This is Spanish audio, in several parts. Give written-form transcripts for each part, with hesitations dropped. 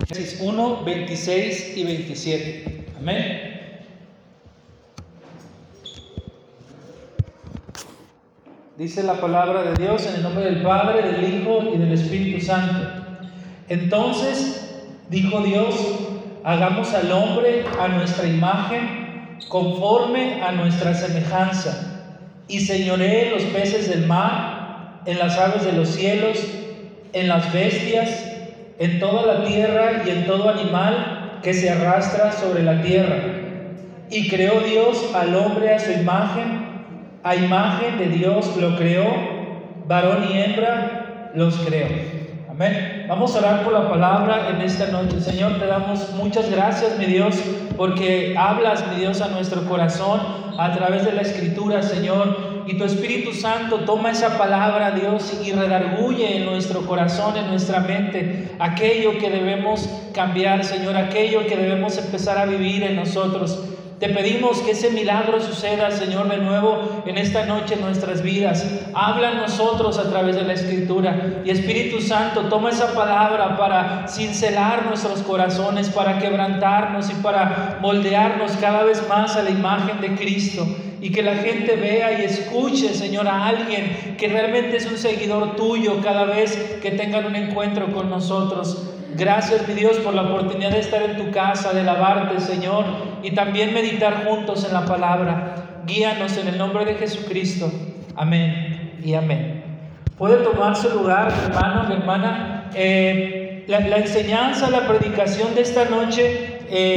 Génesis 1, 26 y 27. Amén. Dice la palabra de Dios en el nombre del Padre, del Hijo y del Espíritu Santo. Entonces dijo Dios: hagamos al hombre a nuestra imagen, conforme a nuestra semejanza, y señoree los peces del mar, en las aves de los cielos, en las bestias, en toda la tierra y en todo animal que se arrastra sobre la tierra. Y creó Dios al hombre a su imagen, a imagen de Dios lo creó, varón y hembra los creó. Amén. Vamos a orar por la palabra en esta noche. Señor, te damos muchas gracias, mi Dios, porque hablas, mi Dios, a nuestro corazón a través de la Escritura, Señor. Y tu Espíritu Santo toma esa palabra, Dios, y redarguye en nuestro corazón, en nuestra mente, aquello que debemos cambiar, Señor, aquello que debemos empezar a vivir en nosotros. Te pedimos que ese milagro suceda, Señor, de nuevo en esta noche en nuestras vidas. Habla en nosotros a través de la Escritura. Y Espíritu Santo, toma esa palabra para cincelar nuestros corazones, para quebrantarnos y para moldearnos cada vez más a la imagen de Cristo. Y que la gente vea y escuche, Señor, a alguien que realmente es un seguidor tuyo cada vez que tengan un encuentro con nosotros. Gracias, mi Dios, por la oportunidad de estar en tu casa, de alabarte, Señor, y también meditar juntos en la palabra. Guíanos en el nombre de Jesucristo. Amén y amén. Puede tomar su lugar, hermano, mi hermana. La enseñanza, la predicación de esta noche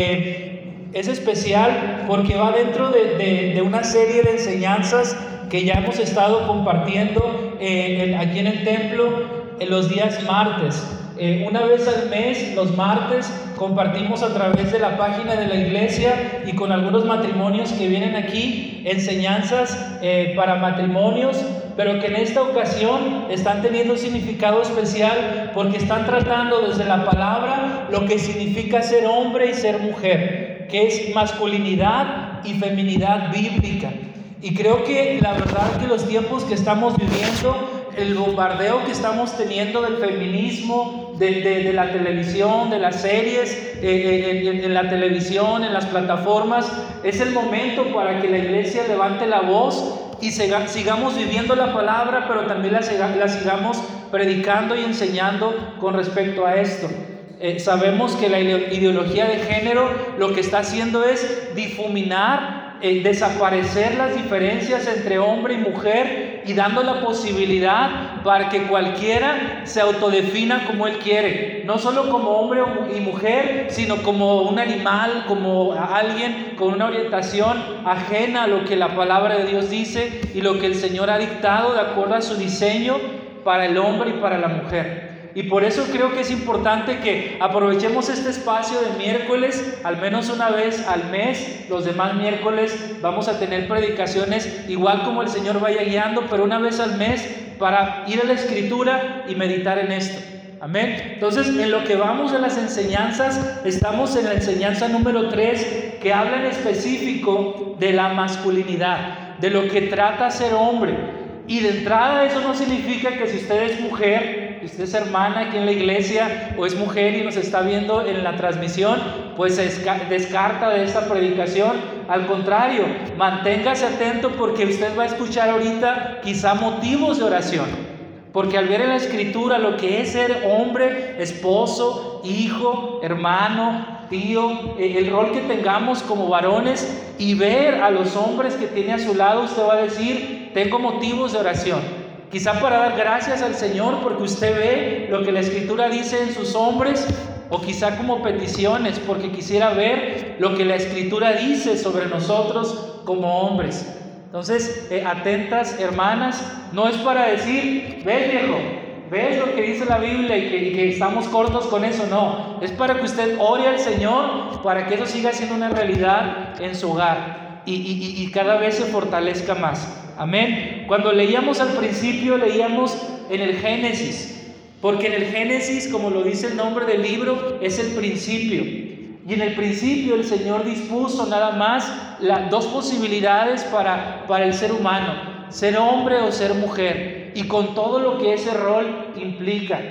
es especial porque va dentro de una serie de enseñanzas que ya hemos estado compartiendo aquí en el templo en los días martes. Una vez al mes, los martes, compartimos a través de la página de la iglesia y con algunos matrimonios que vienen aquí, enseñanzas para matrimonios, pero que en esta ocasión están teniendo un significado especial porque están tratando desde la palabra lo que significa ser hombre y ser mujer, que es masculinidad y feminidad bíblica. Y creo que la verdad que los tiempos que estamos viviendo, el bombardeo que estamos teniendo del feminismo, de la televisión, de las series, en la televisión, en las plataformas, es el momento para que la iglesia levante la voz y sigamos viviendo la palabra, pero también la sigamos predicando y enseñando con respecto a esto. Sabemos que la ideología de género lo que está haciendo es difuminar, desaparecer las diferencias entre hombre y mujer y dando la posibilidad para que cualquiera se autodefina como él quiere, no solo como hombre y mujer, sino como un animal, como alguien con una orientación ajena a lo que la palabra de Dios dice y lo que el Señor ha dictado de acuerdo a su diseño para el hombre y para la mujer. Y por eso creo que es importante que aprovechemos este espacio de miércoles, al menos una vez al mes. Los demás miércoles vamos a tener predicaciones igual como el Señor vaya guiando, pero una vez al mes para ir a la Escritura y meditar en esto. Amén. Entonces, en lo que vamos a las enseñanzas, estamos en la enseñanza número 3, que habla en específico de la masculinidad, de lo que trata ser hombre. Y de entrada eso no significa que si usted es mujer, usted es hermana aquí en la iglesia o es mujer y nos está viendo en la transmisión, pues se descarta de esta predicación. Al contrario, manténgase atento porque usted va a escuchar ahorita quizá motivos de oración. Porque al ver en la Escritura lo que es ser hombre, esposo, hijo, hermano, tío, el rol que tengamos como varones y ver a los hombres que tiene a su lado, usted va a decir, tengo motivos de oración. Quizá para dar gracias al Señor porque usted ve lo que la Escritura dice en sus hombres, o quizá como peticiones porque quisiera ver lo que la Escritura dice sobre nosotros como hombres. Entonces, atentas, hermanas, no es para decir, ves viejo, ves lo que dice la Biblia y que estamos cortos con eso, no. Es para que usted ore al Señor para que eso siga siendo una realidad en su hogar y cada vez se fortalezca más. Amén. Cuando leíamos al principio, leíamos en el Génesis, porque en el Génesis, como lo dice el nombre del libro, es el principio. Y en el principio el Señor dispuso nada más las dos posibilidades para el ser humano, ser hombre o ser mujer, y con todo lo que ese rol implica.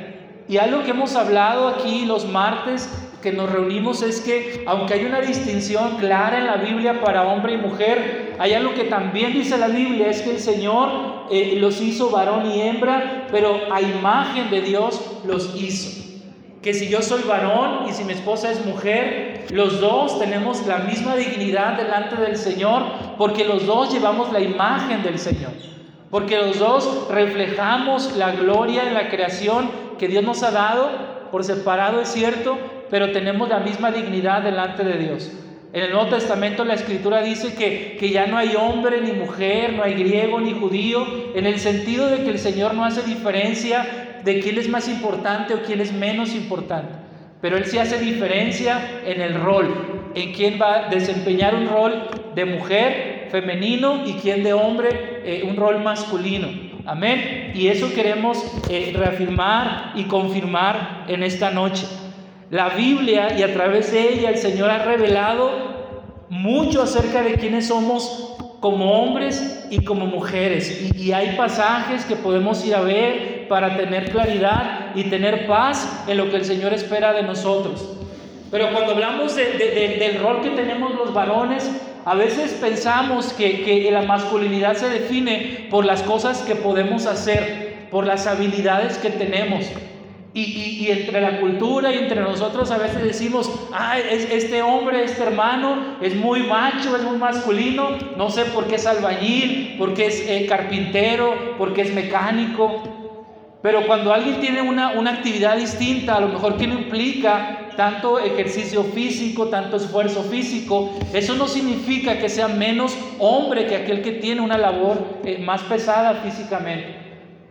Y algo que hemos hablado aquí los martes que nos reunimos es que aunque hay una distinción clara en la Biblia para hombre y mujer, hay algo que también dice la Biblia, es que el Señor los hizo varón y hembra, pero a imagen de Dios los hizo. Que si yo soy varón y si mi esposa es mujer, los dos tenemos la misma dignidad delante del Señor, porque los dos llevamos la imagen del Señor, porque los dos reflejamos la gloria en la creación que Dios nos ha dado, por separado es cierto, pero tenemos la misma dignidad delante de Dios. En el Nuevo Testamento la Escritura dice que ya no hay hombre ni mujer, no hay griego ni judío, en el sentido de que el Señor no hace diferencia de quién es más importante o quién es menos importante, pero Él sí hace diferencia en el rol, en quién va a desempeñar un rol de mujer, femenino, y quién de hombre, un rol masculino. Amén. Y eso queremos reafirmar y confirmar en esta noche. La Biblia, y a través de ella el Señor ha revelado mucho acerca de quiénes somos como hombres y como mujeres, y hay pasajes que podemos ir a ver para tener claridad y tener paz en lo que el Señor espera de nosotros. Pero cuando hablamos del rol que tenemos los varones, a veces pensamos que la masculinidad se define por las cosas que podemos hacer, por las habilidades que tenemos. Y entre la cultura y entre nosotros a veces decimos, este hombre, este hermano es muy macho, es muy masculino, no sé por qué es albañil, por qué es carpintero, por qué es mecánico. Pero cuando alguien tiene una actividad distinta, a lo mejor que no implica tanto ejercicio físico, tanto esfuerzo físico, eso no significa que sea menos hombre que aquel que tiene una labor más pesada físicamente.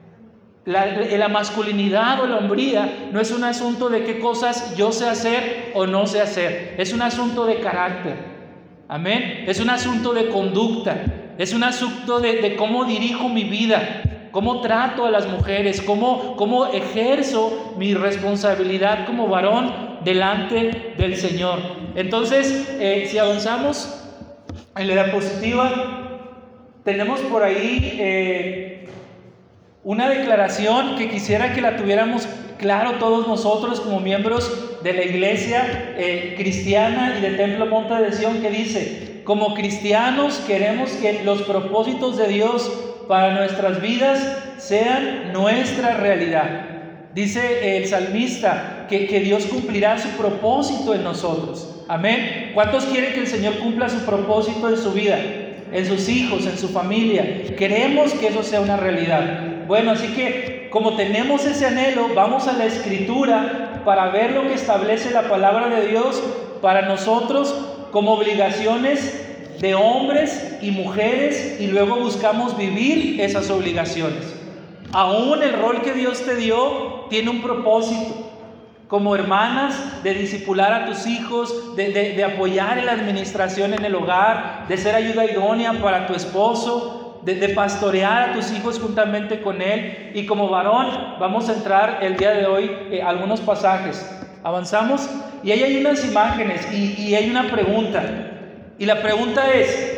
La masculinidad o la hombría no es un asunto de qué cosas yo sé hacer o no sé hacer, es un asunto de carácter, amén, es un asunto de conducta, es un asunto de cómo dirijo mi vida, cómo trato a las mujeres, cómo ejerzo mi responsabilidad como varón delante del Señor. Entonces, si avanzamos en la diapositiva, tenemos por ahí una declaración que quisiera que la tuviéramos claro todos nosotros como miembros de la iglesia cristiana y del Templo Monte de Sión, que dice: como cristianos queremos que los propósitos de Dios para nuestras vidas sean nuestra realidad. Dice el salmista que Dios cumplirá su propósito en nosotros. Amén. ¿Cuántos quieren que el Señor cumpla su propósito en su vida, en sus hijos, en su familia? Queremos que eso sea una realidad. Bueno, así que como tenemos ese anhelo, vamos a la Escritura para ver lo que establece la palabra de Dios para nosotros como obligaciones de hombres y mujeres, y luego buscamos vivir esas obligaciones. Aún el rol que Dios te dio tiene un propósito. Como hermanas, de discipular a tus hijos, de apoyar en la administración en el hogar, de ser ayuda idónea para tu esposo, de pastorear a tus hijos juntamente con él. Y como varón vamos a entrar el día de hoy algunos pasajes. Avanzamos y ahí hay unas imágenes y hay una pregunta. Y la pregunta es: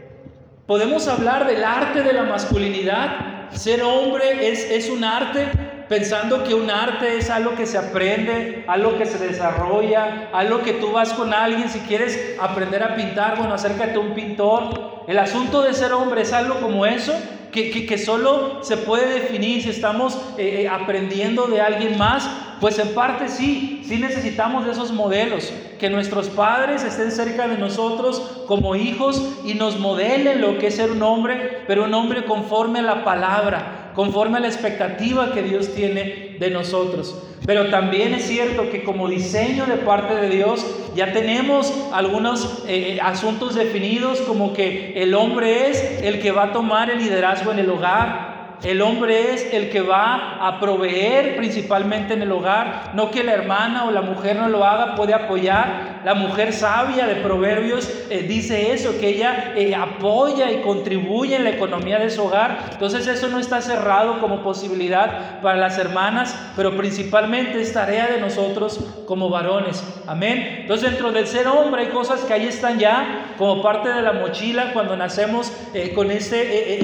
¿podemos hablar del arte de la masculinidad? ¿Ser hombre es un arte? Pensando que un arte es algo que se aprende, algo que se desarrolla, algo que tú vas con alguien, si quieres aprender a pintar, bueno, acércate a un pintor. El asunto de ser hombre es algo como eso, que solo se puede definir si estamos aprendiendo de alguien más. Pues en parte sí necesitamos de esos modelos, que nuestros padres estén cerca de nosotros como hijos y nos modelen lo que es ser un hombre, pero un hombre conforme a la palabra, conforme a la expectativa que Dios tiene de nosotros. Pero también es cierto que como diseño de parte de Dios ya tenemos algunos asuntos definidos, como que el hombre es el que va a tomar el liderazgo en el hogar. El hombre es el que va a proveer principalmente en el hogar, no que la hermana o la mujer no lo haga, puede apoyar. La mujer sabia de Proverbios dice eso, que ella apoya y contribuye en la economía de su hogar. Entonces eso no está cerrado como posibilidad para las hermanas, pero principalmente es tarea de nosotros como varones. Amén. Entonces dentro del ser hombre hay cosas que ahí están ya como parte de la mochila cuando nacemos con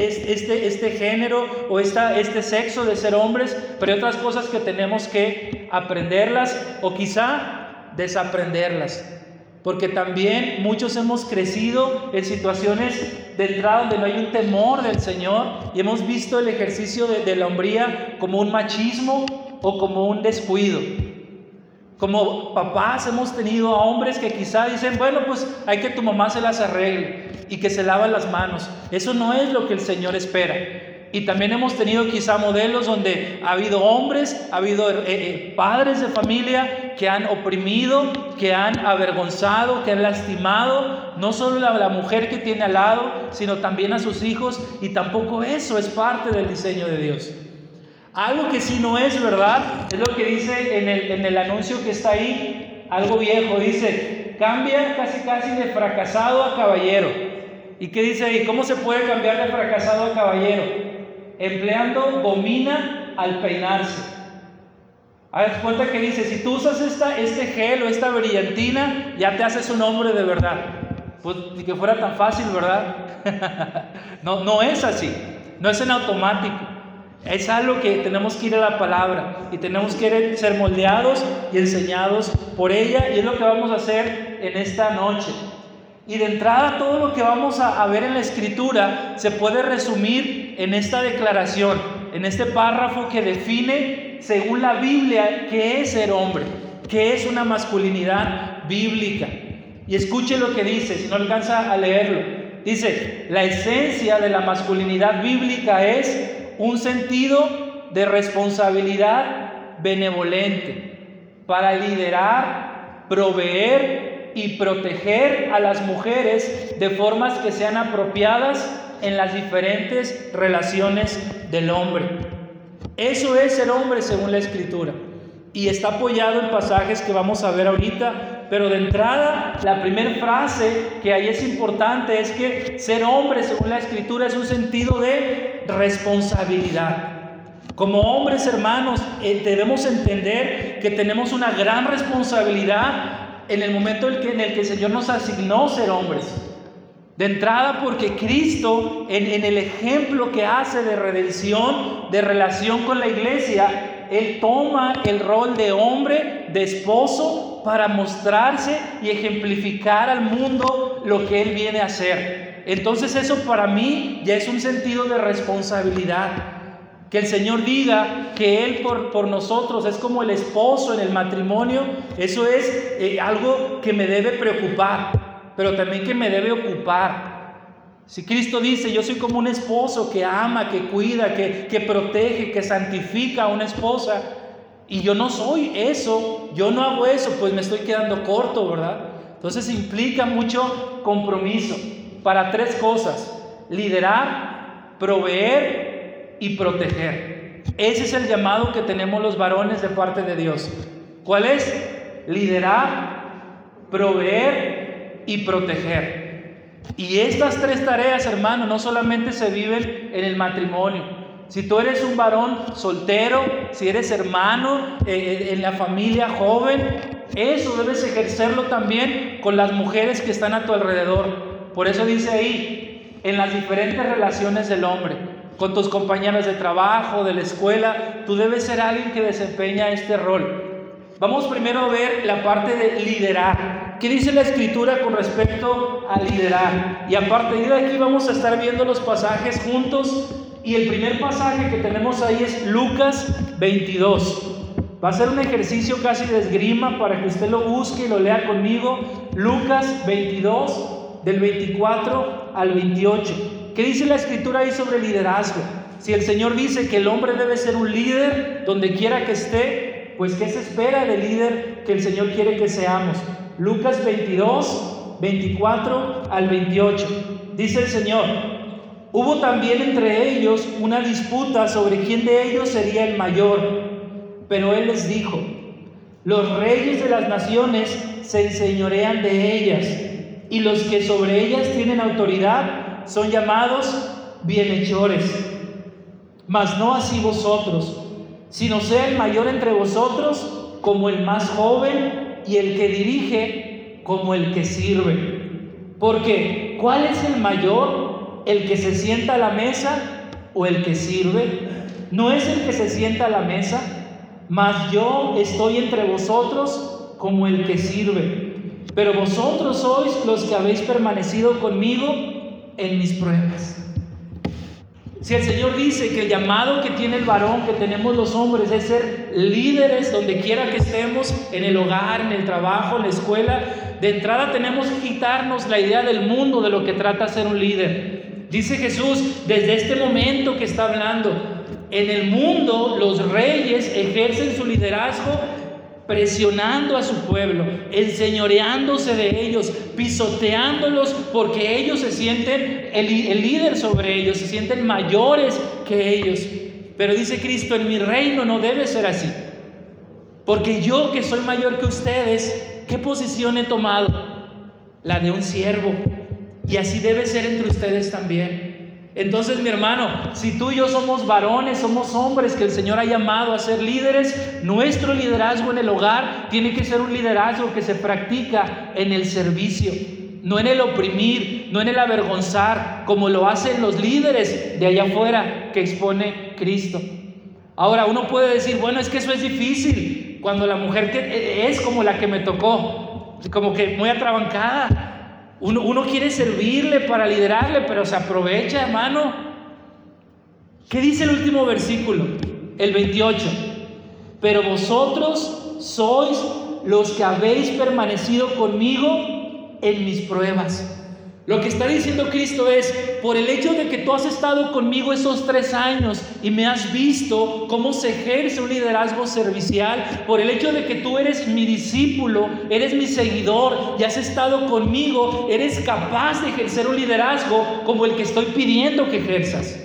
este género o este sexo de ser hombres, pero hay otras cosas que tenemos que aprenderlas o quizá desaprenderlas. Porque también muchos hemos crecido en situaciones de entrada donde no hay un temor del Señor y hemos visto el ejercicio de la hombría como un machismo o como un descuido. Como papás hemos tenido a hombres que quizá dicen, bueno, pues hay que tu mamá se las arregle y que se lava las manos. Eso no es lo que el Señor espera. Y también hemos tenido quizá modelos donde ha habido hombres, ha habido padres de familia que han oprimido, que han avergonzado, que han lastimado, no solo a la mujer que tiene al lado, sino también a sus hijos, y tampoco eso es parte del diseño de Dios. Algo que sí no es verdad, es lo que dice en el anuncio que está ahí, algo viejo, dice, cambia casi de fracasado a caballero. ¿Y qué dice ahí? ¿Cómo se puede cambiar de fracasado a caballero? Empleando gomina al peinarse. Haz cuenta que dice, si tú usas este gel o esta brillantina, ya te haces un hombre de verdad. Pues ni que fuera tan fácil, ¿verdad? No es así, no es en automático. Es algo que tenemos que ir a la palabra y tenemos que ser moldeados y enseñados por ella, y es lo que vamos a hacer en esta noche. Y de entrada todo lo que vamos a ver en la Escritura se puede resumir en esta declaración, en este párrafo que define, según la Biblia, qué es ser hombre, qué es una masculinidad bíblica. Y escuche lo que dice, si no alcanza a leerlo. Dice, la esencia de la masculinidad bíblica es un sentido de responsabilidad benevolente para liderar, proveer y proteger a las mujeres de formas que sean apropiadas en las diferentes relaciones del hombre. Eso es ser hombre según la Escritura, y está apoyado en pasajes que vamos a ver ahorita. Pero de entrada, la primera frase que ahí es importante es que ser hombre según la Escritura es un sentido de responsabilidad. Como hombres, hermanos, debemos entender que tenemos una gran responsabilidad en el momento en el que el Señor nos asignó ser hombres. De entrada, porque Cristo, en el ejemplo que hace de redención, de relación con la iglesia, Él toma el rol de hombre, de esposo, para mostrarse y ejemplificar al mundo lo que Él viene a hacer. Entonces eso para mí ya es un sentido de responsabilidad. Que el Señor diga que Él por nosotros es como el esposo en el matrimonio, eso es algo que me debe preocupar, pero también que me debe ocupar. Si Cristo dice, yo soy como un esposo que ama, que cuida, que protege, que santifica a una esposa, y yo no soy eso, yo no hago eso, pues me estoy quedando corto, ¿verdad? Entonces implica mucho compromiso para tres cosas: liderar, proveer y proteger. Ese es el llamado que tenemos los varones de parte de Dios. ¿Cuál es? Liderar, proveer y proteger. Y estas tres tareas, hermano, no solamente se viven en el matrimonio. Si tú eres un varón soltero, si eres hermano en la familia joven, eso debes ejercerlo también con las mujeres que están a tu alrededor. Por eso dice ahí, en las diferentes relaciones del hombre, con tus compañeros de trabajo, de la escuela, tú debes ser alguien que desempeña este rol. Vamos primero a ver la parte de liderar. ¿Qué dice la Escritura con respecto a liderar? Y a partir de aquí vamos a estar viendo los pasajes juntos. Y el primer pasaje que tenemos ahí es Lucas 22. Va a ser un ejercicio casi de esgrima para que usted lo busque y lo lea conmigo. Lucas 22, del 24 al 28. ¿Qué dice la Escritura ahí sobre liderazgo? Si el Señor dice que el hombre debe ser un líder donde quiera que esté, pues ¿qué se espera del líder que el Señor quiere que seamos? Lucas 22, 24 al 28. Dice el Señor: hubo también entre ellos una disputa sobre quién de ellos sería el mayor. Pero Él les dijo: los reyes de las naciones se enseñorean de ellas, y los que sobre ellas tienen autoridad son llamados bienhechores. Mas no así vosotros, sino sea el mayor entre vosotros como el más joven, y el que dirige como el que sirve. Porque ¿cuál es el mayor? ¿El que se sienta a la mesa o el que sirve? ¿No es el que se sienta a la mesa? mas yo estoy entre vosotros como el que sirve. Pero vosotros sois los que habéis permanecido conmigo en mis pruebas. Si el Señor dice que el llamado que tiene el varón, que tenemos los hombres, es ser líderes donde quiera que estemos, en el hogar, en el trabajo, en la escuela, de entrada tenemos que quitarnos la idea del mundo de lo que trata ser un líder. Dice Jesús, desde este momento que está hablando, en el mundo los reyes ejercen su liderazgo presionando a su pueblo, enseñoreándose de ellos, pisoteándolos, porque ellos se sienten el líder sobre ellos, se sienten mayores que ellos. Pero dice Cristo, en mi reino no debe ser así, porque yo, que soy mayor que ustedes, ¿qué posición he tomado? La de un siervo, y así debe ser entre ustedes también. Entonces, mi hermano, si tú y yo somos varones, somos hombres que el Señor ha llamado a ser líderes, nuestro liderazgo en el hogar tiene que ser un liderazgo que se practica en el servicio, no en el oprimir, no en el avergonzar, como lo hacen los líderes de allá afuera que expone Cristo. Ahora, uno puede decir, bueno, es que eso es difícil cuando la mujer que es como la que me tocó, como que muy atrabancada. Uno quiere servirle para liderarle, pero se aprovecha, hermano. ¿Qué dice el último versículo? El 28. Pero vosotros sois los que habéis permanecido conmigo en mis pruebas. Lo que está diciendo Cristo es, por el hecho de que tú has estado conmigo esos 3 años y me has visto cómo se ejerce un liderazgo servicial, por el hecho de que tú eres mi discípulo, eres mi seguidor y has estado conmigo, eres capaz de ejercer un liderazgo como el que estoy pidiendo que ejerzas.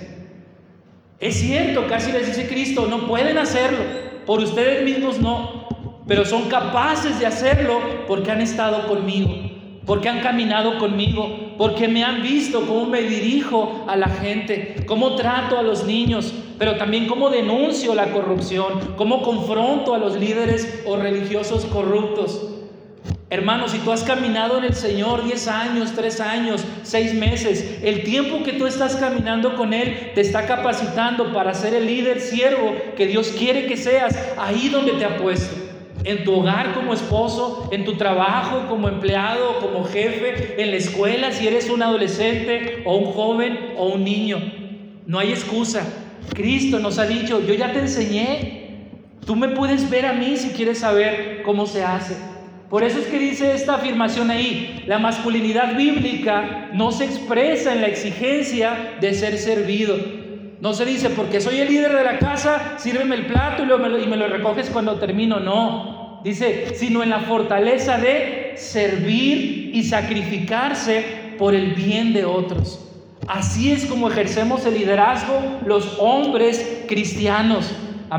Es cierto, casi les dice Cristo, no pueden hacerlo, por ustedes mismos no, pero son capaces de hacerlo porque han estado conmigo, porque han caminado conmigo, porque me han visto cómo me dirijo a la gente, cómo trato a los niños, pero también cómo denuncio la corrupción, cómo confronto a los líderes o religiosos corruptos. Hermano, si tú has caminado en el Señor 10 años, 3 años, 6 meses, el tiempo que tú estás caminando con Él te está capacitando para ser el líder siervo que Dios quiere que seas ahí donde te ha puesto. En tu hogar como esposo, en tu trabajo como empleado, como jefe, en la escuela si eres un adolescente o un joven o un niño. No hay excusa. Cristo nos ha dicho, yo ya te enseñé. Tú me puedes ver a mí si quieres saber cómo se hace. Por eso es que dice esta afirmación ahí, la masculinidad bíblica no se expresa en la exigencia de ser servido. No se dice, porque soy el líder de la casa, sírveme el plato y me lo recoges cuando termino. No, dice, sino en la fortaleza de servir y sacrificarse por el bien de otros. Así es como ejercemos el liderazgo los hombres cristianos.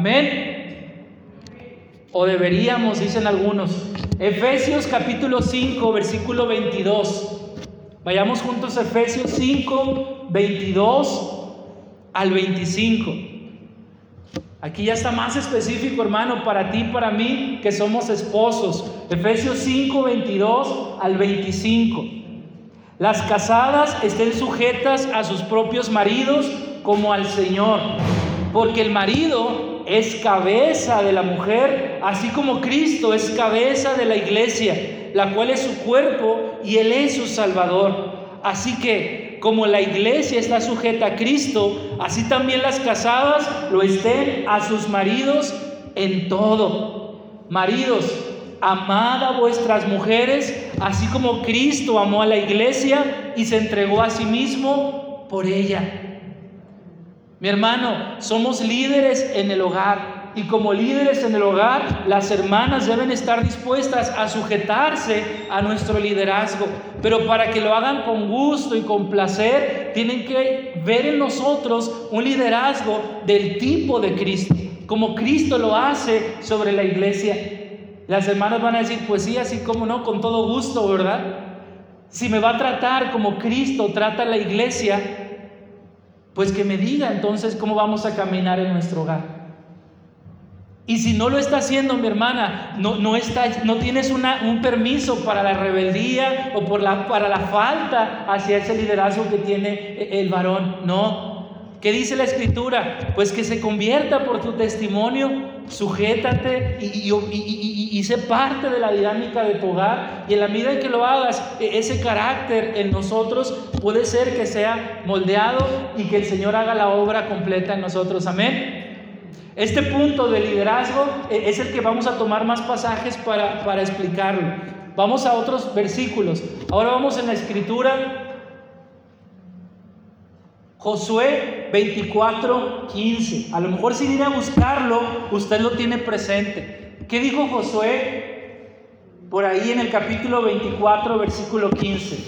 Amén. O deberíamos, dicen algunos. Efesios capítulo 5, versículo 22. Vayamos juntos a Efesios 5, 22 al 25. Aquí ya está más específico, hermano, para ti y para mí que somos esposos. Efesios 5, 22 al 25. Las casadas estén sujetas a sus propios maridos como al Señor, porque el marido es cabeza de la mujer, así como Cristo es cabeza de la iglesia, la cual es su cuerpo y Él es su Salvador. Así que, como la iglesia está sujeta a Cristo, así también las casadas lo estén a sus maridos en todo. Maridos, amad a vuestras mujeres, así como Cristo amó a la iglesia y se entregó a sí mismo por ella. Mi hermano, somos líderes en el hogar. Y como líderes en el hogar, las hermanas deben estar dispuestas a sujetarse a nuestro liderazgo. Pero para que lo hagan con gusto y con placer, tienen que ver en nosotros un liderazgo del tipo de Cristo, como Cristo lo hace sobre la iglesia. Las hermanas van a decir, pues sí, así como no, con todo gusto, ¿verdad? Si me va a tratar como Cristo trata a la iglesia, pues que me diga entonces cómo vamos a caminar en nuestro hogar. Y si no lo está haciendo, mi hermana, no tienes un permiso para la rebeldía o para la falta hacia ese liderazgo que tiene el varón. No, ¿Qué dice la Escritura? Pues que se convierta por tu testimonio, sujétate y sé parte de la dinámica de tu hogar. Y en la medida en que lo hagas, ese carácter en nosotros puede ser que sea moldeado y que el Señor haga la obra completa en nosotros. Amén. Este punto de liderazgo es el que vamos a tomar más pasajes para explicarlo. Vamos a otros versículos. Ahora vamos en la Escritura. Josué 24:15. A lo mejor sin ir a buscarlo, usted lo tiene presente. ¿Qué dijo Josué por ahí en el capítulo 24, versículo 15?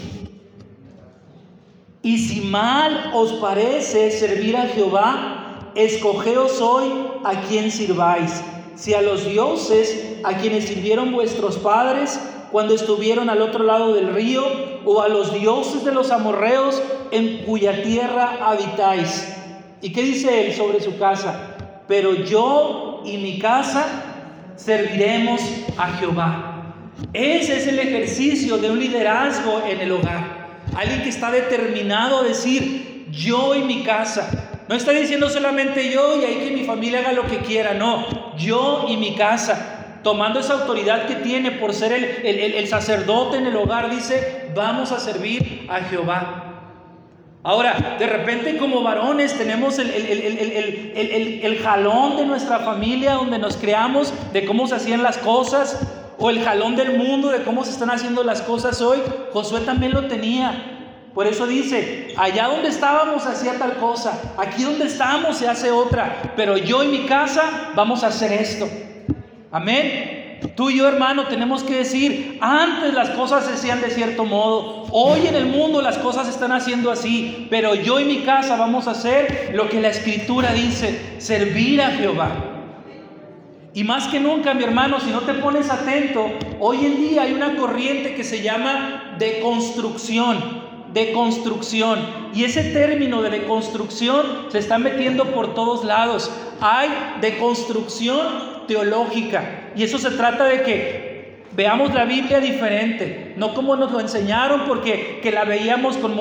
Y si mal os parece servir a Jehová, escogeos hoy a quien sirváis, si a los dioses a quienes sirvieron vuestros padres cuando estuvieron al otro lado del río, o a los dioses de los amorreos en cuya tierra habitáis. ¿Y qué dice él sobre su casa? Pero yo y mi casa serviremos a Jehová. Ese es el ejercicio de un liderazgo en el hogar. Alguien que está determinado a decir, yo y mi casa. No está diciendo solamente yo y ahí que mi familia haga lo que quiera. No, yo y mi casa. Tomando esa autoridad que tiene por ser el sacerdote en el hogar, dice, vamos a servir a Jehová. Ahora, de repente como varones tenemos el jalón de nuestra familia donde nos creamos de cómo se hacían las cosas, o el jalón del mundo de cómo se están haciendo las cosas hoy. Josué también lo tenía. Por eso dice, allá donde estábamos hacía tal cosa, aquí donde estamos se hace otra, pero yo y mi casa vamos a hacer esto. Amén. Tú y yo, hermano, tenemos que decir, antes las cosas se hacían de cierto modo, hoy en el mundo las cosas se están haciendo así, pero yo y mi casa vamos a hacer lo que la Escritura dice, servir a Jehová. Y más que nunca, mi hermano, si no te pones atento, hoy en día hay una corriente que se llama deconstrucción. Y ese término de deconstrucción se está metiendo por todos lados. Hay deconstrucción teológica, y eso se trata de que veamos la Biblia diferente, no como nos lo enseñaron, porque que la veíamos con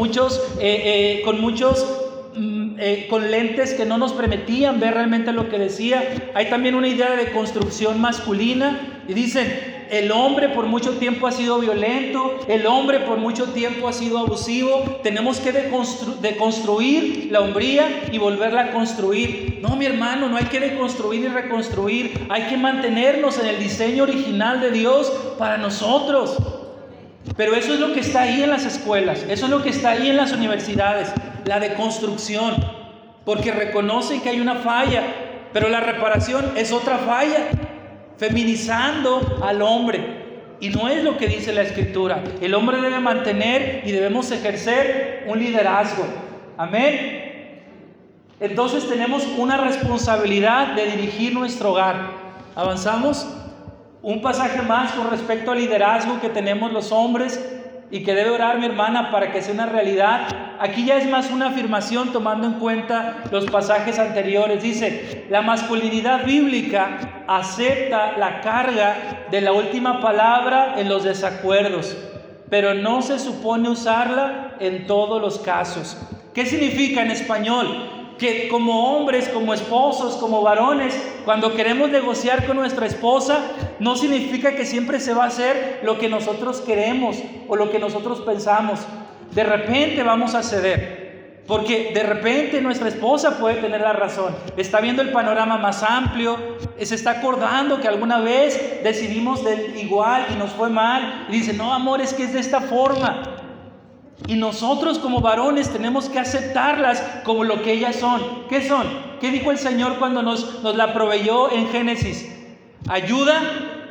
lentes que no nos permitían ver realmente lo que decía. Hay también una idea de construcción masculina, y dicen, el hombre por mucho tiempo ha sido violento, el hombre por mucho tiempo ha sido abusivo, tenemos que deconstruir la hombría y volverla a construir. No, mi hermano, no hay que deconstruir y reconstruir, hay que mantenernos en el diseño original de Dios para nosotros. Pero eso es lo que está ahí en las escuelas, eso es lo que está ahí en las universidades, la deconstrucción, porque reconocen que hay una falla, pero la reparación es otra falla, feminizando al hombre. Y no es lo que dice la Escritura. El hombre debe mantener y debemos ejercer un liderazgo. Amén. Entonces tenemos una responsabilidad de dirigir nuestro hogar. Avanzamos. Un pasaje más con respecto al liderazgo que tenemos los hombres y que debe orar mi hermana para que sea una realidad. Aquí ya es más una afirmación tomando en cuenta los pasajes anteriores. Dice, la masculinidad bíblica acepta la carga de la última palabra en los desacuerdos, pero no se supone usarla en todos los casos. ¿Qué significa en español? Que como hombres, como esposos, como varones, cuando queremos negociar con nuestra esposa, no significa que siempre se va a hacer lo que nosotros queremos o lo que nosotros pensamos. De repente vamos a ceder, porque de repente nuestra esposa puede tener la razón, está viendo el panorama más amplio, se está acordando que alguna vez decidimos igual y nos fue mal, y dice, no amor, es que es de esta forma. Y nosotros como varones tenemos que aceptarlas como lo que ellas son. ¿Qué son? ¿Qué dijo el Señor cuando nos la proveyó en Génesis? Ayuda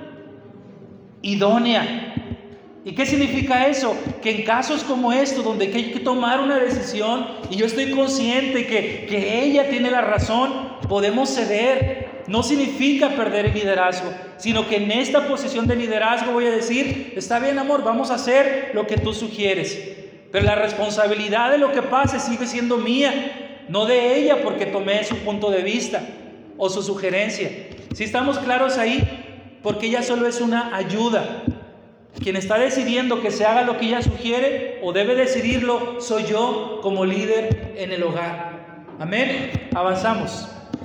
idónea. ¿Y qué significa eso? Que en casos como estos, donde hay que tomar una decisión, y yo estoy consciente que ella tiene la razón, podemos ceder. No significa perder el liderazgo, sino que en esta posición de liderazgo voy a decir, está bien amor, vamos a hacer lo que tú sugieres. Pero la responsabilidad de lo que pase sigue siendo mía, no de ella, porque tomé su punto de vista o su sugerencia. ¿Sí estamos claros ahí? Porque ella solo es una ayuda. Quien está decidiendo que se haga lo que ella sugiere o debe decidirlo soy yo como líder en el hogar. Amén. Avanzamos.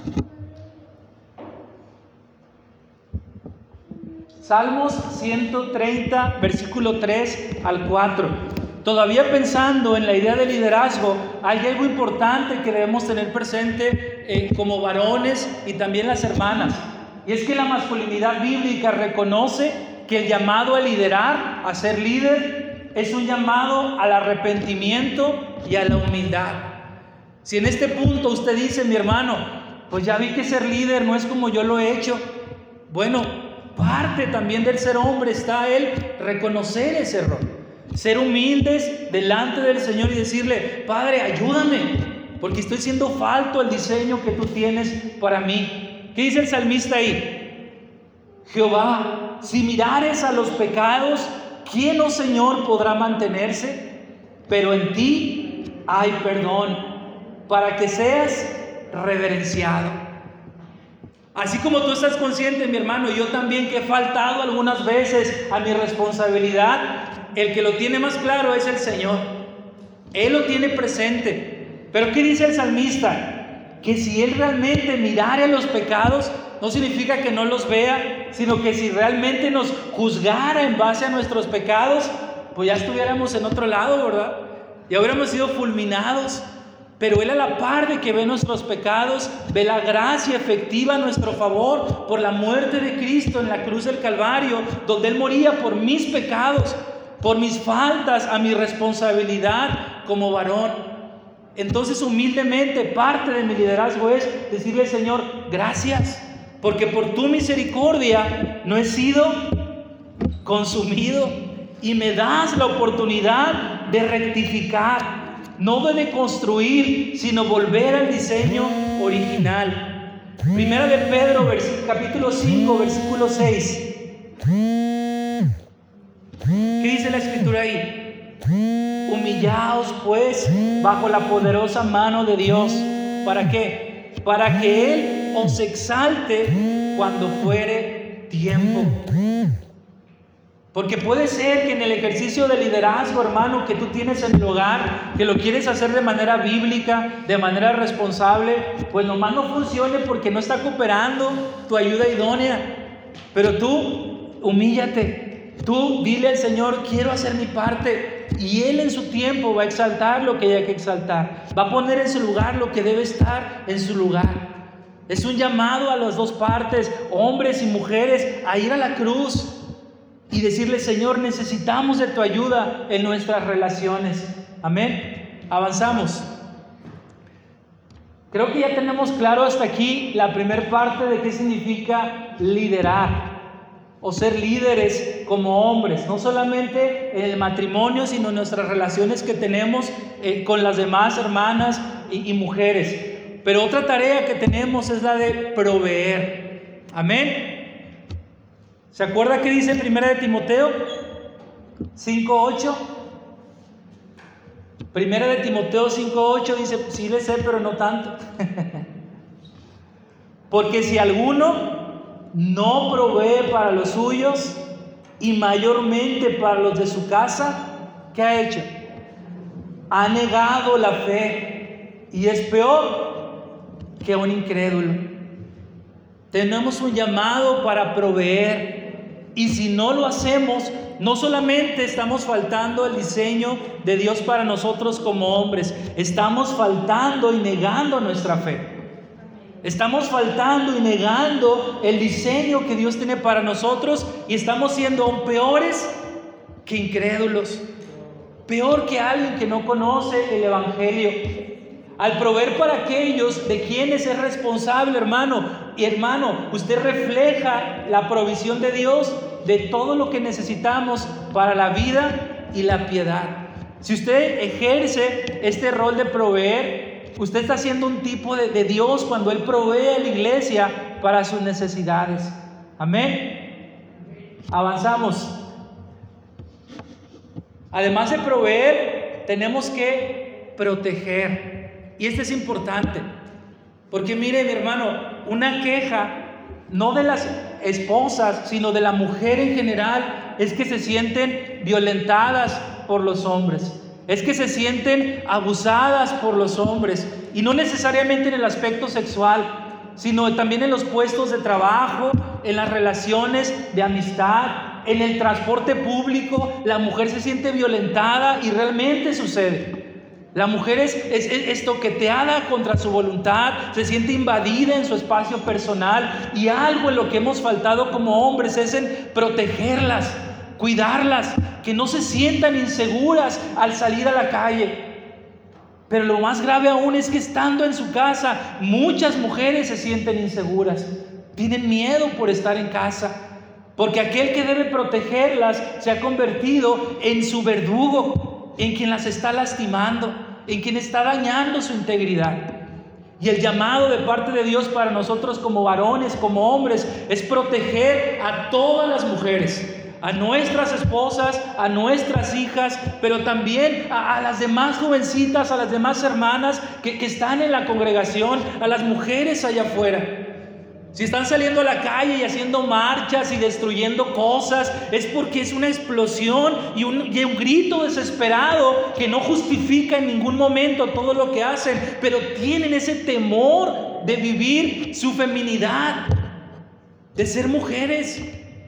Salmos 130, versículo 3 al 4. Todavía pensando en la idea de liderazgo, hay algo importante que debemos tener presente como varones y también las hermanas. Y es que la masculinidad bíblica reconoce que el llamado a liderar, a ser líder, es un llamado al arrepentimiento y a la humildad. Si en este punto usted dice, mi hermano, pues ya vi que ser líder no es como yo lo he hecho. Bueno, parte también del ser hombre está el reconocer ese error. Ser humildes delante del Señor y decirle, Padre, ayúdame, porque estoy siendo falto al diseño que tú tienes para mí. ¿Qué dice el salmista ahí? Jehová, si mirares a los pecados, ¿quién, oh Señor, podrá mantenerse? Pero en ti hay perdón, para que seas reverenciado. Así como tú estás consciente, mi hermano, yo también, que he faltado algunas veces a mi responsabilidad, el que lo tiene más claro es el Señor. Él lo tiene presente. Pero ¿qué dice el salmista? Que si Él realmente mirara los pecados, no significa que no los vea, sino que si realmente nos juzgara en base a nuestros pecados, pues ya estuviéramos en otro lado, ¿verdad? Ya hubiéramos sido fulminados. Pero Él, a la par de que ve nuestros pecados, ve la gracia efectiva a nuestro favor por la muerte de Cristo en la cruz del Calvario, donde Él moría por mis pecados, por mis faltas, a mi responsabilidad como varón. Entonces, humildemente, parte de mi liderazgo es decirle, Señor, gracias, porque por tu misericordia no he sido consumido y me das la oportunidad de rectificar. No de construir, sino volver al diseño original. Primera de Pedro, capítulo 5, versículo 6. ¿Qué dice la escritura ahí? Humillaos pues bajo la poderosa mano de Dios. ¿Para qué? Para que Él os exalte cuando fuere tiempo. Porque puede ser que en el ejercicio de liderazgo, hermano, que tú tienes en el hogar, que lo quieres hacer de manera bíblica, de manera responsable, pues nomás no funcione porque no está cooperando tu ayuda idónea. Pero tú, humíllate. Tú dile al Señor, quiero hacer mi parte. Y Él en su tiempo va a exaltar lo que haya que exaltar. Va a poner en su lugar lo que debe estar en su lugar. Es un llamado a las dos partes, hombres y mujeres, a ir a la cruz y decirle, Señor, necesitamos de tu ayuda en nuestras relaciones. Amén. Avanzamos. Creo que ya tenemos claro hasta aquí la primera parte de qué significa liderar o ser líderes como hombres, no solamente en el matrimonio, sino en nuestras relaciones que tenemos con las demás hermanas y mujeres. Pero otra tarea que tenemos es la de proveer. Amén. ¿Se acuerda qué dice 1 de Timoteo 5:8? 1 de Timoteo 5:8 dice, sí le sé, pero no tanto. Porque si alguno no provee para los suyos y mayormente para los de su casa, ¿qué ha hecho? Ha negado la fe y es peor que un incrédulo. Tenemos un llamado para proveer. Y si no lo hacemos, no solamente estamos faltando el diseño de Dios para nosotros como hombres, estamos faltando y negando nuestra fe. Estamos faltando y negando el diseño que Dios tiene para nosotros y estamos siendo aún peores que incrédulos, peor que alguien que no conoce el Evangelio. Al proveer para aquellos de quienes es responsable, hermano, y hermano, usted refleja la provisión de Dios de todo lo que necesitamos para la vida y la piedad. Si usted ejerce este rol de proveer, usted está siendo un tipo de Dios cuando Él provee a la iglesia para sus necesidades. Amén. Avanzamos. Además de proveer, tenemos que proteger. Y esto es importante, porque mire, mi hermano, una queja no de las esposas, sino de la mujer en general, es que se sienten violentadas por los hombres. Es que se sienten abusadas por los hombres, y no necesariamente en el aspecto sexual, sino también en los puestos de trabajo, en las relaciones de amistad, en el transporte público. La mujer se siente violentada y realmente sucede. La mujer es toqueteada contra su voluntad, se siente invadida en su espacio personal, y algo en lo que hemos faltado como hombres es en protegerlas, cuidarlas, que no se sientan inseguras al salir a la calle. Pero lo más grave aún es que estando en su casa, muchas mujeres se sienten inseguras, tienen miedo por estar en casa, porque aquel que debe protegerlas se ha convertido en su verdugo, en quien las está lastimando, en quien está dañando su integridad. Y el llamado de parte de Dios para nosotros como varones, como hombres, es proteger a todas las mujeres, a nuestras esposas, a nuestras hijas, pero también a las demás jovencitas, a las demás hermanas que están en la congregación, a las mujeres allá afuera. Si están saliendo a la calle y haciendo marchas y destruyendo cosas, es porque es una explosión y un grito desesperado que no justifica en ningún momento todo lo que hacen, pero tienen ese temor de vivir su feminidad, de ser mujeres.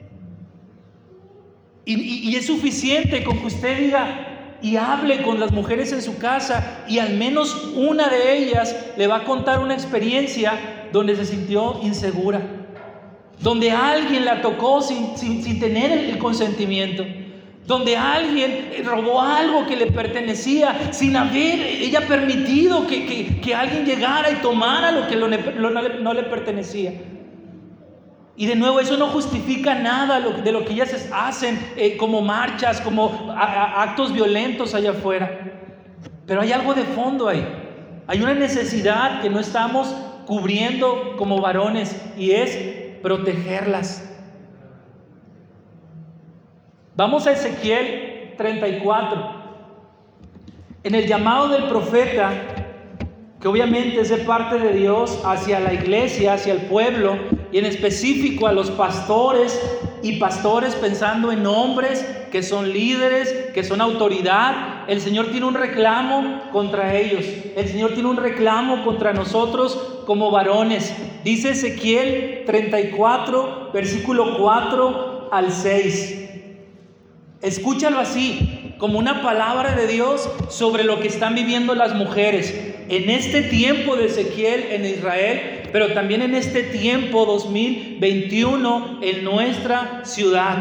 Y es suficiente con que usted diga y hable con las mujeres en su casa, y al menos una de ellas le va a contar una experiencia donde se sintió insegura, donde alguien la tocó sin tener el consentimiento, donde alguien robó algo que le pertenecía sin haber ella permitido que alguien llegara y tomara lo que no le pertenecía. Y de nuevo, eso no justifica nada de lo que ellas hacen, como marchas, como actos violentos allá afuera. Pero hay algo de fondo ahí. Hay una necesidad que no estamos cubriendo como varones, y es protegerlas. Vamos a Ezequiel 34. En el llamado del profeta, que obviamente es de parte de Dios hacia la iglesia, hacia el pueblo, y en específico a los pastores, y pastores pensando en hombres que son líderes, que son autoridad, el Señor tiene un reclamo contra ellos. El Señor tiene un reclamo contra nosotros como varones. Dice Ezequiel 34, versículo 4 al 6. Escúchalo así, como una palabra de Dios sobre lo que están viviendo las mujeres en este tiempo de Ezequiel en Israel, pero también en este tiempo 2021 en nuestra ciudad.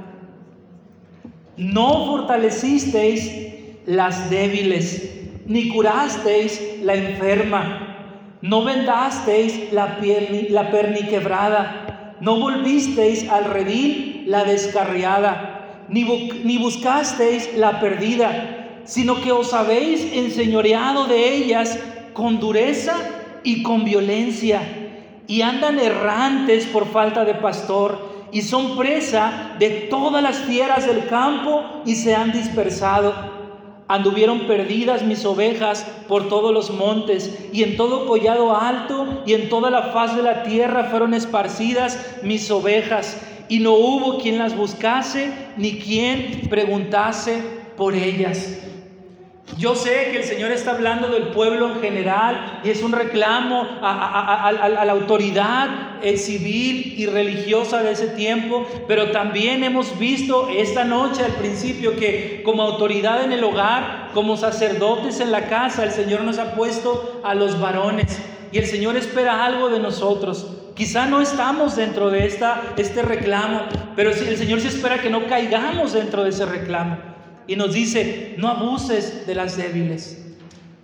No fortalecisteis las débiles, ni curasteis la enferma, no vendasteis la perniquebrada, no volvisteis al redil la descarriada, ni buscasteis la perdida, sino que os habéis enseñoreado de ellas con dureza y con violencia, y andan errantes por falta de pastor, y son presa de todas las fieras del campo, y se han dispersado. Anduvieron perdidas mis ovejas por todos los montes, y en todo collado alto, y en toda la faz de la tierra fueron esparcidas mis ovejas, y no hubo quien las buscase, ni quien preguntase por ellas. Yo sé que el Señor está hablando del pueblo en general, y es un reclamo a la autoridad civil y religiosa de ese tiempo, pero también hemos visto esta noche al principio que como autoridad en el hogar, como sacerdotes en la casa, el Señor nos ha puesto a los varones, y el Señor espera algo de nosotros. Quizá no estamos dentro de este reclamo, pero el Señor sí espera que no caigamos dentro de ese reclamo. Y nos dice: no abuses de las débiles,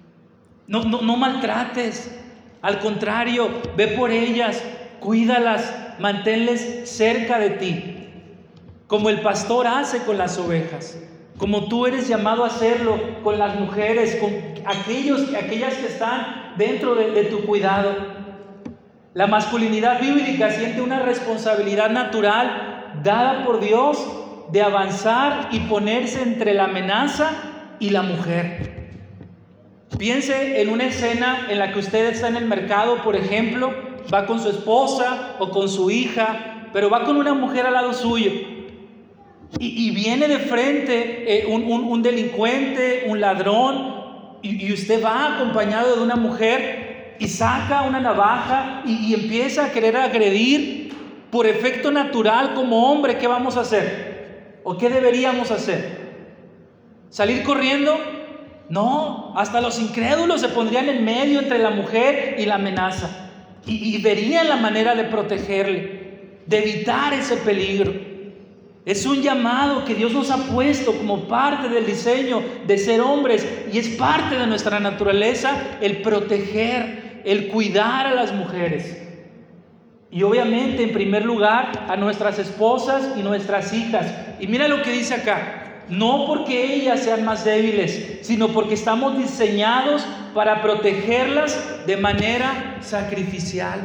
no maltrates, al contrario, ve por ellas, cuídalas, manténlas cerca de ti, como el pastor hace con las ovejas, como tú eres llamado a hacerlo con las mujeres, con aquellas que están dentro de tu cuidado. La masculinidad bíblica siente una responsabilidad natural dada por Dios de avanzar y ponerse entre la amenaza y la mujer. Piense en una escena en la que usted está en el mercado, por ejemplo, va con su esposa o con su hija, pero va con una mujer al lado suyo. Y viene de frente un delincuente, un ladrón, y usted va acompañado de una mujer y saca una navaja y empieza a querer agredir por efecto natural como hombre. ¿Qué vamos a hacer? ¿O qué deberíamos hacer? ¿Salir corriendo? No, hasta los incrédulos se pondrían en medio entre la mujer y la amenaza y verían la manera de protegerle, de evitar ese peligro. Es un llamado que Dios nos ha puesto como parte del diseño de ser hombres, y es parte de nuestra naturaleza el proteger, el cuidar a las mujeres. Y obviamente, en primer lugar, a nuestras esposas y nuestras hijas. Y mira lo que dice acá: no porque ellas sean más débiles, sino porque estamos diseñados para protegerlas de manera sacrificial.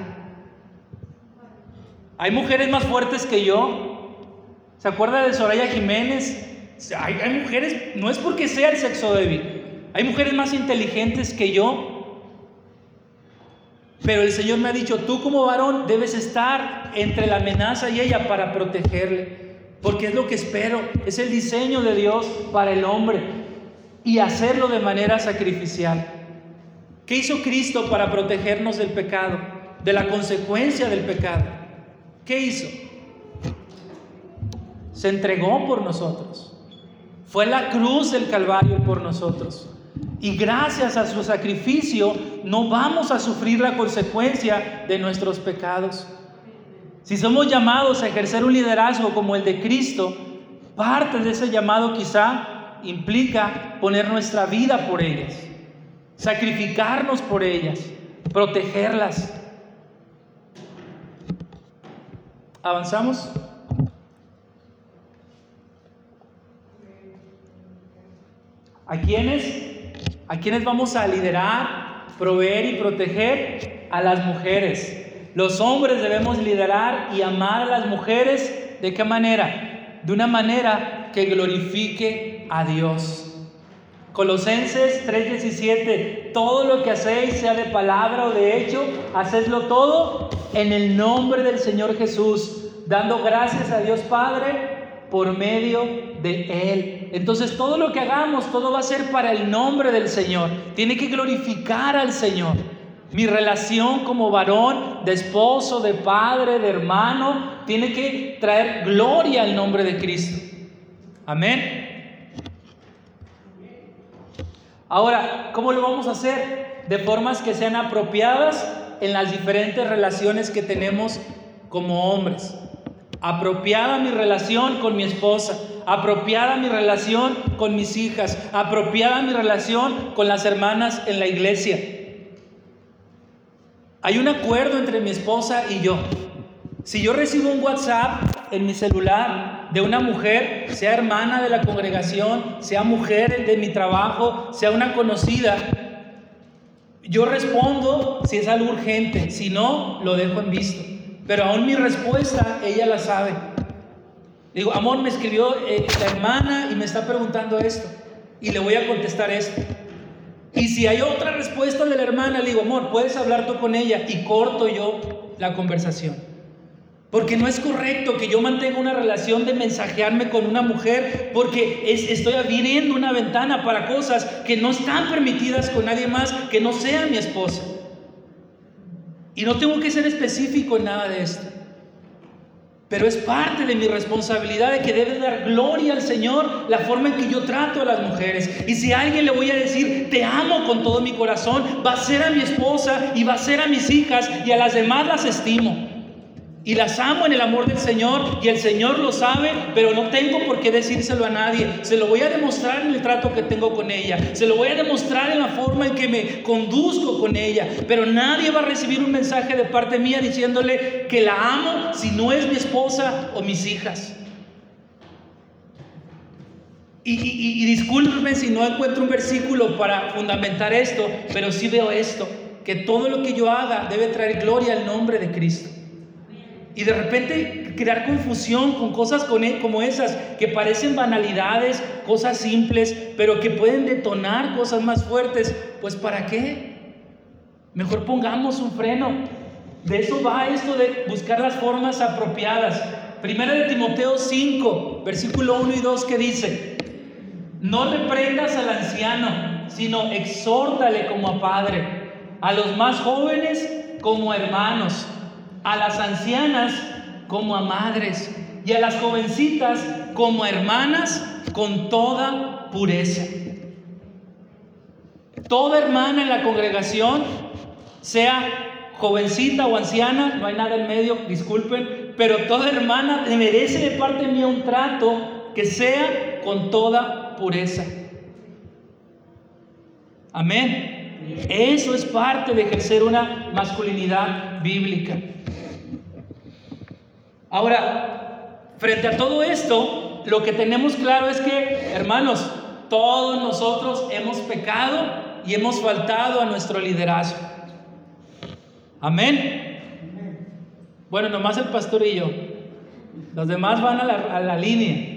Hay mujeres más fuertes que yo. ¿Se acuerda de Soraya Jiménez? Hay mujeres, no es porque sea el sexo débil, hay mujeres más inteligentes que yo. Pero el Señor me ha dicho: tú como varón debes estar entre la amenaza y ella para protegerle, porque es lo que espero, es el diseño de Dios para el hombre, y hacerlo de manera sacrificial. ¿Qué hizo Cristo para protegernos del pecado, de la consecuencia del pecado? ¿Qué hizo? Se entregó por nosotros. Fue la cruz del Calvario por nosotros. Y gracias a su sacrificio no vamos a sufrir la consecuencia de nuestros pecados. Si somos llamados a ejercer un liderazgo como el de Cristo, parte de ese llamado quizá implica poner nuestra vida por ellas, sacrificarnos por ellas, protegerlas. ¿Avanzamos? ¿A quiénes vamos a liderar, proveer y proteger? A las mujeres. Los hombres debemos liderar y amar a las mujeres. ¿De qué manera? De una manera que glorifique a Dios. Colosenses 3:17: todo lo que hacéis, sea de palabra o de hecho, hacedlo todo en el nombre del Señor Jesús, dando gracias a Dios Padre por medio de Él. Entonces todo lo que hagamos, todo va a ser para el nombre del Señor. Tiene que glorificar al Señor. Mi relación como varón, de esposo, de padre, de hermano, tiene que traer gloria al nombre de Cristo. Amén. Ahora, ¿cómo lo vamos a hacer? De formas que sean apropiadas en las diferentes relaciones que tenemos como hombres. Apropiada mi relación con mi esposa, apropiada mi relación con mis hijas, apropiada mi relación con las hermanas en la iglesia. Hay un acuerdo entre mi esposa y yo. Si yo recibo un WhatsApp en mi celular de una mujer, sea hermana de la congregación, sea mujer de mi trabajo, sea una conocida, yo respondo si es algo urgente, si no, lo dejo en visto. Pero aún mi respuesta, ella la sabe. Digo: amor, me escribió la hermana y me está preguntando esto, y le voy a contestar esto. Y si hay otra respuesta de la hermana, le digo: amor, puedes hablar tú con ella, y corto yo la conversación. Porque no es correcto que yo mantenga una relación de mensajearme con una mujer, porque estoy abriendo una ventana para cosas que no están permitidas con nadie más que no sea mi esposa. Y no tengo que ser específico en nada de esto, pero es parte de mi responsabilidad, de que debe dar gloria al Señor la forma en que yo trato a las mujeres. Y si a alguien le voy a decir te amo con todo mi corazón, va a ser a mi esposa y va a ser a mis hijas, y a las demás las estimo y las amo en el amor del Señor, y el Señor lo sabe, pero no tengo por qué decírselo a nadie. Se lo voy a demostrar en el trato que tengo con ella, se lo voy a demostrar en la forma en que me conduzco con ella, pero nadie va a recibir un mensaje de parte mía diciéndole que la amo si no es mi esposa o mis hijas. Y discúlpenme si no encuentro un versículo para fundamentar esto, pero sí veo esto, que todo lo que yo haga debe traer gloria al nombre de Cristo. Y de repente crear confusión con cosas como esas, que parecen banalidades, cosas simples, pero que pueden detonar cosas más fuertes. Pues ¿para qué? Mejor pongamos un freno. De eso va esto de buscar las formas apropiadas. Primera de Timoteo 5, versículo 1 y 2, que dice: no reprendas al anciano, sino exhórtale como a padre, a los más jóvenes como a hermanos, a las ancianas como a madres, y a las jovencitas como a hermanas, con toda pureza. Toda hermana en la congregación, sea jovencita o anciana, no hay nada en medio, disculpen, pero toda hermana merece de parte mía un trato que sea con toda pureza. Amén. Eso es parte de ejercer una masculinidad bíblica. Ahora, frente a todo esto, lo que tenemos claro es que, hermanos, todos nosotros hemos pecado y hemos faltado a nuestro liderazgo. Amén. Bueno, nomás el pastor y yo. Los demás van a la línea.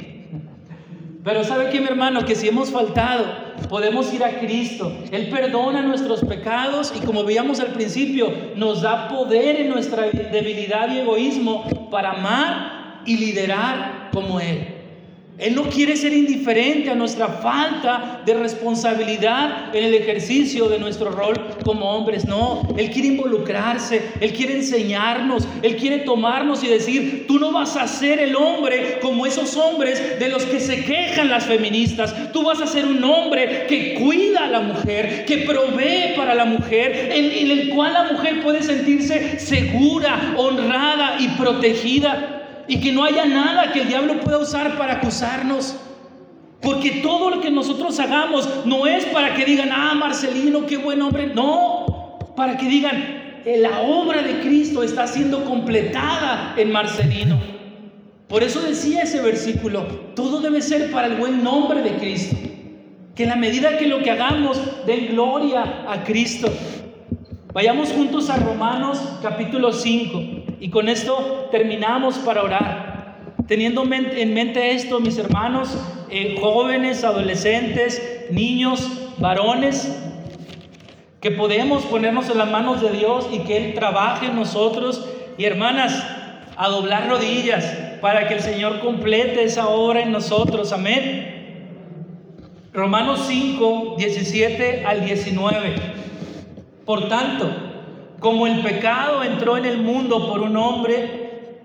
Pero ¿sabe qué, mi hermano? Que si hemos faltado, podemos ir a Cristo. Él perdona nuestros pecados y, como veíamos al principio, nos da poder en nuestra debilidad y egoísmo para amar y liderar como Él. Él no quiere ser indiferente a nuestra falta de responsabilidad en el ejercicio de nuestro rol como hombres. No, Él quiere involucrarse, Él quiere enseñarnos, Él quiere tomarnos y decir: tú no vas a ser el hombre como esos hombres de los que se quejan las feministas. Tú vas a ser un hombre que cuida a la mujer, que provee para la mujer, en el cual la mujer puede sentirse segura, honrada y protegida. Y que no haya nada que el diablo pueda usar para acusarnos. Porque todo lo que nosotros hagamos no es para que digan: ah, Marcelino, qué buen hombre. No, para que digan: la obra de Cristo está siendo completada en Marcelino. Por eso decía ese versículo: todo debe ser para el buen nombre de Cristo. Que en la medida que lo que hagamos dé gloria a Cristo. Vayamos juntos a Romanos capítulo 5. Y con esto terminamos para orar. Teniendo en mente esto, mis hermanos, jóvenes, adolescentes, niños, varones, que podemos ponernos en las manos de Dios y que Él trabaje en nosotros. Y hermanas, a doblar rodillas para que el Señor complete esa obra en nosotros. Amén. Romanos 5, 17 al 19. Por tanto, como el pecado entró en el mundo por un hombre,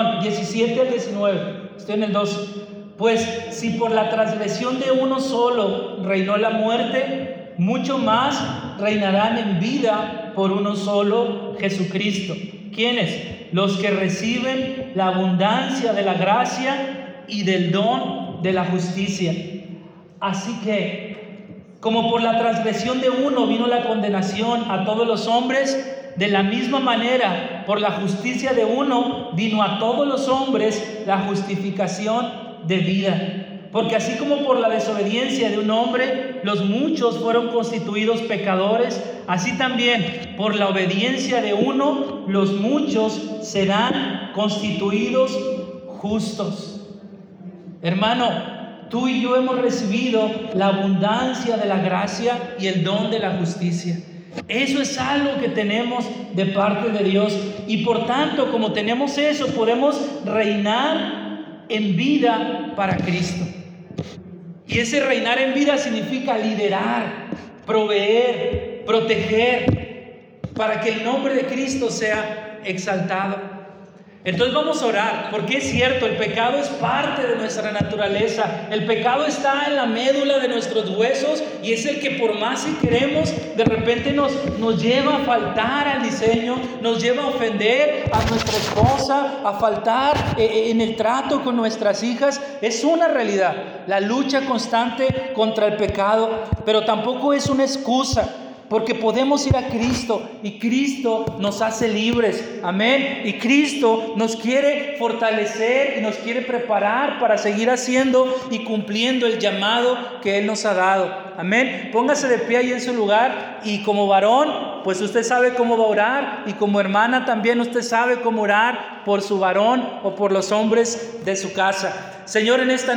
17 al 19, estoy en el 2. Pues si por la transgresión de uno solo reinó la muerte, mucho más reinarán en vida por uno solo, Jesucristo. ¿Quiénes? Los que reciben la abundancia de la gracia y del don de la justicia. Así que, como por la transgresión de uno vino la condenación a todos los hombres, de la misma manera, por la justicia de uno vino a todos los hombres la justificación de vida. Porque así como por la desobediencia de un hombre los muchos fueron constituidos pecadores, así también por la obediencia de uno los muchos serán constituidos justos. Hermano, tú y yo hemos recibido la abundancia de la gracia y el don de la justicia. Eso es algo que tenemos de parte de Dios. Y por tanto, como tenemos eso, podemos reinar en vida para Cristo. Y ese reinar en vida significa liderar, proveer, proteger, para que el nombre de Cristo sea exaltado. Entonces vamos a orar, porque es cierto, el pecado es parte de nuestra naturaleza. El pecado está en la médula de nuestros huesos y es el que, por más que queremos, de repente nos lleva a faltar al diseño, nos lleva a ofender a nuestra esposa, a faltar en el trato con nuestras hijas. Es una realidad, la lucha constante contra el pecado, pero tampoco es una excusa. Porque podemos ir a Cristo y Cristo nos hace libres. Amén. Y Cristo nos quiere fortalecer y nos quiere preparar para seguir haciendo y cumpliendo el llamado que Él nos ha dado. Amén. Póngase de pie ahí en su lugar y como varón, pues usted sabe cómo va a orar, y como hermana también usted sabe cómo orar por su varón o por los hombres de su casa. Señor, en esta